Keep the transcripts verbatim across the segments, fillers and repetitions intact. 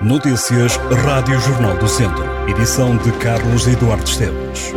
Notícias Rádio Jornal do Centro. Edição de Carlos Eduardo Esteves.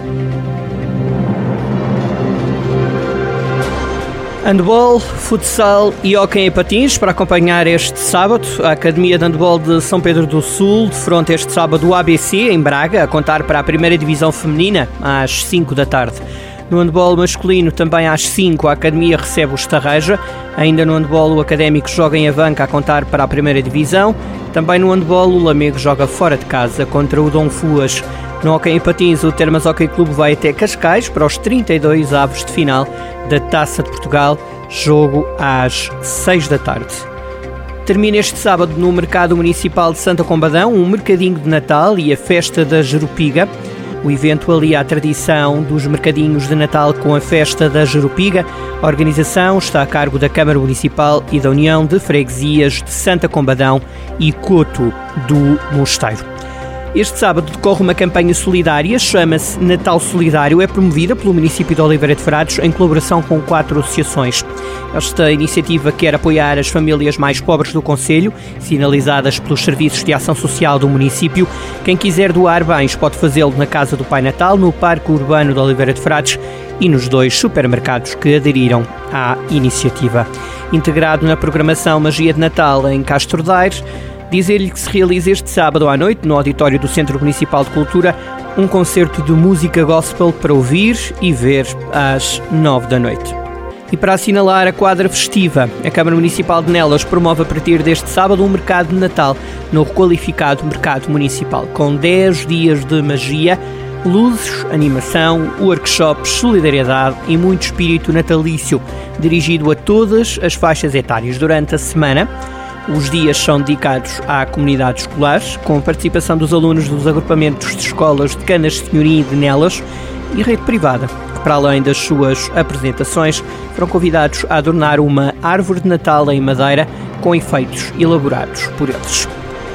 Handball, futsal e hóquei em patins para acompanhar este sábado. A Academia de Handball de São Pedro do Sul defronta este sábado o A B C em Braga, a contar para a primeira divisão feminina às cinco da tarde. No handball masculino, também às cinco, a Academia recebe o Estarreja. Ainda no handball, o Académico joga em Avanca, a contar para a primeira divisão. Também no handball, o Lamego joga fora de casa contra o Dom Fuas. No hóquei em patins, o Termas Hóquei Clube vai até Cascais para os trinta e dois avos de final da Taça de Portugal, jogo às seis da tarde. Termina este sábado no Mercado Municipal de Santa Combadão um mercadinho de Natal e a Festa da Jerupiga. O evento alia a tradição dos mercadinhos de Natal com a Festa da Jerupiga. A organização está a cargo da Câmara Municipal e da União de Freguesias de Santa Combadão e Coto do Mosteiro. Este sábado decorre uma campanha solidária, chama-se Natal Solidário, é promovida pelo município de Oliveira de Frades em colaboração com quatro associações. Esta iniciativa quer apoiar as famílias mais pobres do concelho, sinalizadas pelos serviços de ação social do município. Quem quiser doar bens pode fazê-lo na Casa do Pai Natal, no Parque Urbano de Oliveira de Frades e nos dois supermercados que aderiram à iniciativa. Integrado na programação Magia de Natal em Castro Daire, dizer-lhe que se realiza este sábado à noite, no auditório do Centro Municipal de Cultura, um concerto de música gospel para ouvir e ver às nove da noite. E para assinalar a quadra festiva, a Câmara Municipal de Nelas promove a partir deste sábado um mercado de Natal no requalificado Mercado Municipal, com dez dias de magia, luzes, animação, workshops, solidariedade e muito espírito natalício, dirigido a todas as faixas etárias durante a semana. Os dias são dedicados à comunidade escolar, com a participação dos alunos dos agrupamentos de escolas de Canas de Senhoria e de Nelas e rede privada, que para além das suas apresentações foram convidados a adornar uma árvore de Natal em madeira com efeitos elaborados por eles.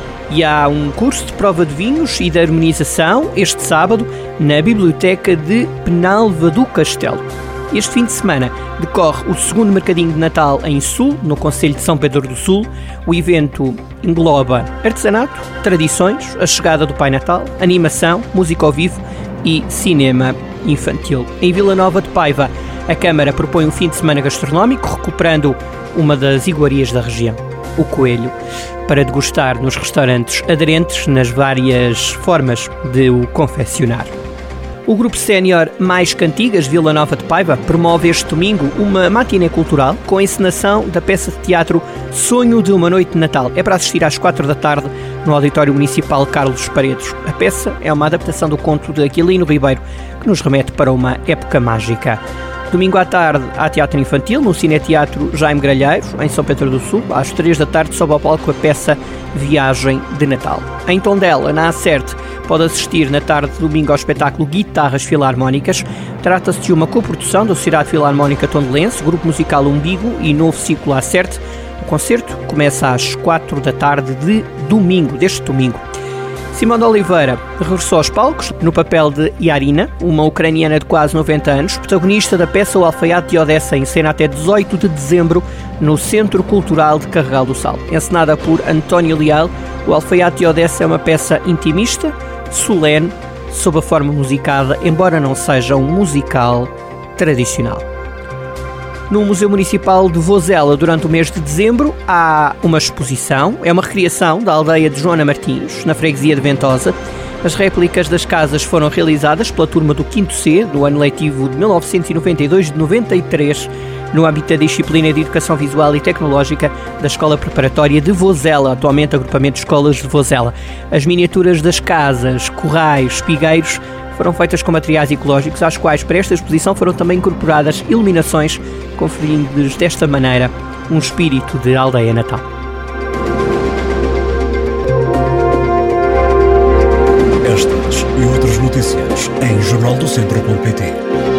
E há um curso de prova de vinhos e de harmonização este sábado na Biblioteca de Penalva do Castelo. Este fim de semana decorre o segundo mercadinho de Natal em Sul, no concelho de São Pedro do Sul. O evento engloba artesanato, tradições, a chegada do Pai Natal, animação, música ao vivo e cinema infantil. Em Vila Nova de Paiva, a Câmara propõe um fim de semana gastronómico, recuperando uma das iguarias da região, o Coelho, para degustar nos restaurantes aderentes nas várias formas de o confeccionar. O Grupo Sénior Mais Cantigas Vila Nova de Paiva promove este domingo uma matiné cultural com a encenação da peça de teatro Sonho de uma Noite de Natal. É para assistir às quatro da tarde no Auditório Municipal Carlos Paredes. A peça é uma adaptação do conto de Aquilino Ribeiro, que nos remete para uma época mágica. Domingo à tarde há teatro infantil no Cineteatro Jaime Gralheiro, em São Pedro do Sul. Às três da tarde sobe ao palco a peça Viagem de Natal. Em Tondela, na Acerte, pode assistir na tarde de domingo ao espetáculo Guitarras Filarmónicas. Trata-se de uma coprodução da Sociedade Filarmónica Tondelense, Grupo Musical Umbigo e Novo Ciclo Acerte. O concerto começa às quatro da tarde de domingo, deste domingo. Simão de Oliveira regressou aos palcos no papel de Yarina, uma ucraniana de quase noventa anos, protagonista da peça O Alfaiate de Odessa, em cena até dezoito de dezembro no Centro Cultural de Carregal do Sal. Encenada por António Leal, O Alfaiate de Odessa é uma peça intimista, solene, sob a forma musicada, embora não seja um musical tradicional. No Museu Municipal de Vozela, durante o mês de dezembro, há uma exposição. É uma recriação da aldeia de Joana Martins, na freguesia de Ventosa. As réplicas das casas foram realizadas pela turma do quinto C, do ano letivo de mil novecentos e noventa e dois de noventa e três, no âmbito da disciplina de Educação Visual e Tecnológica da Escola Preparatória de Vozela, atualmente agrupamento de escolas de Vozela. As miniaturas das casas, corrais, espigueiros, foram feitas com materiais ecológicos, às quais para esta exposição foram também incorporadas iluminações, conferindo-lhes desta maneira um espírito de aldeia natal. Estas e outras notícias em jornal do centro ponto pt.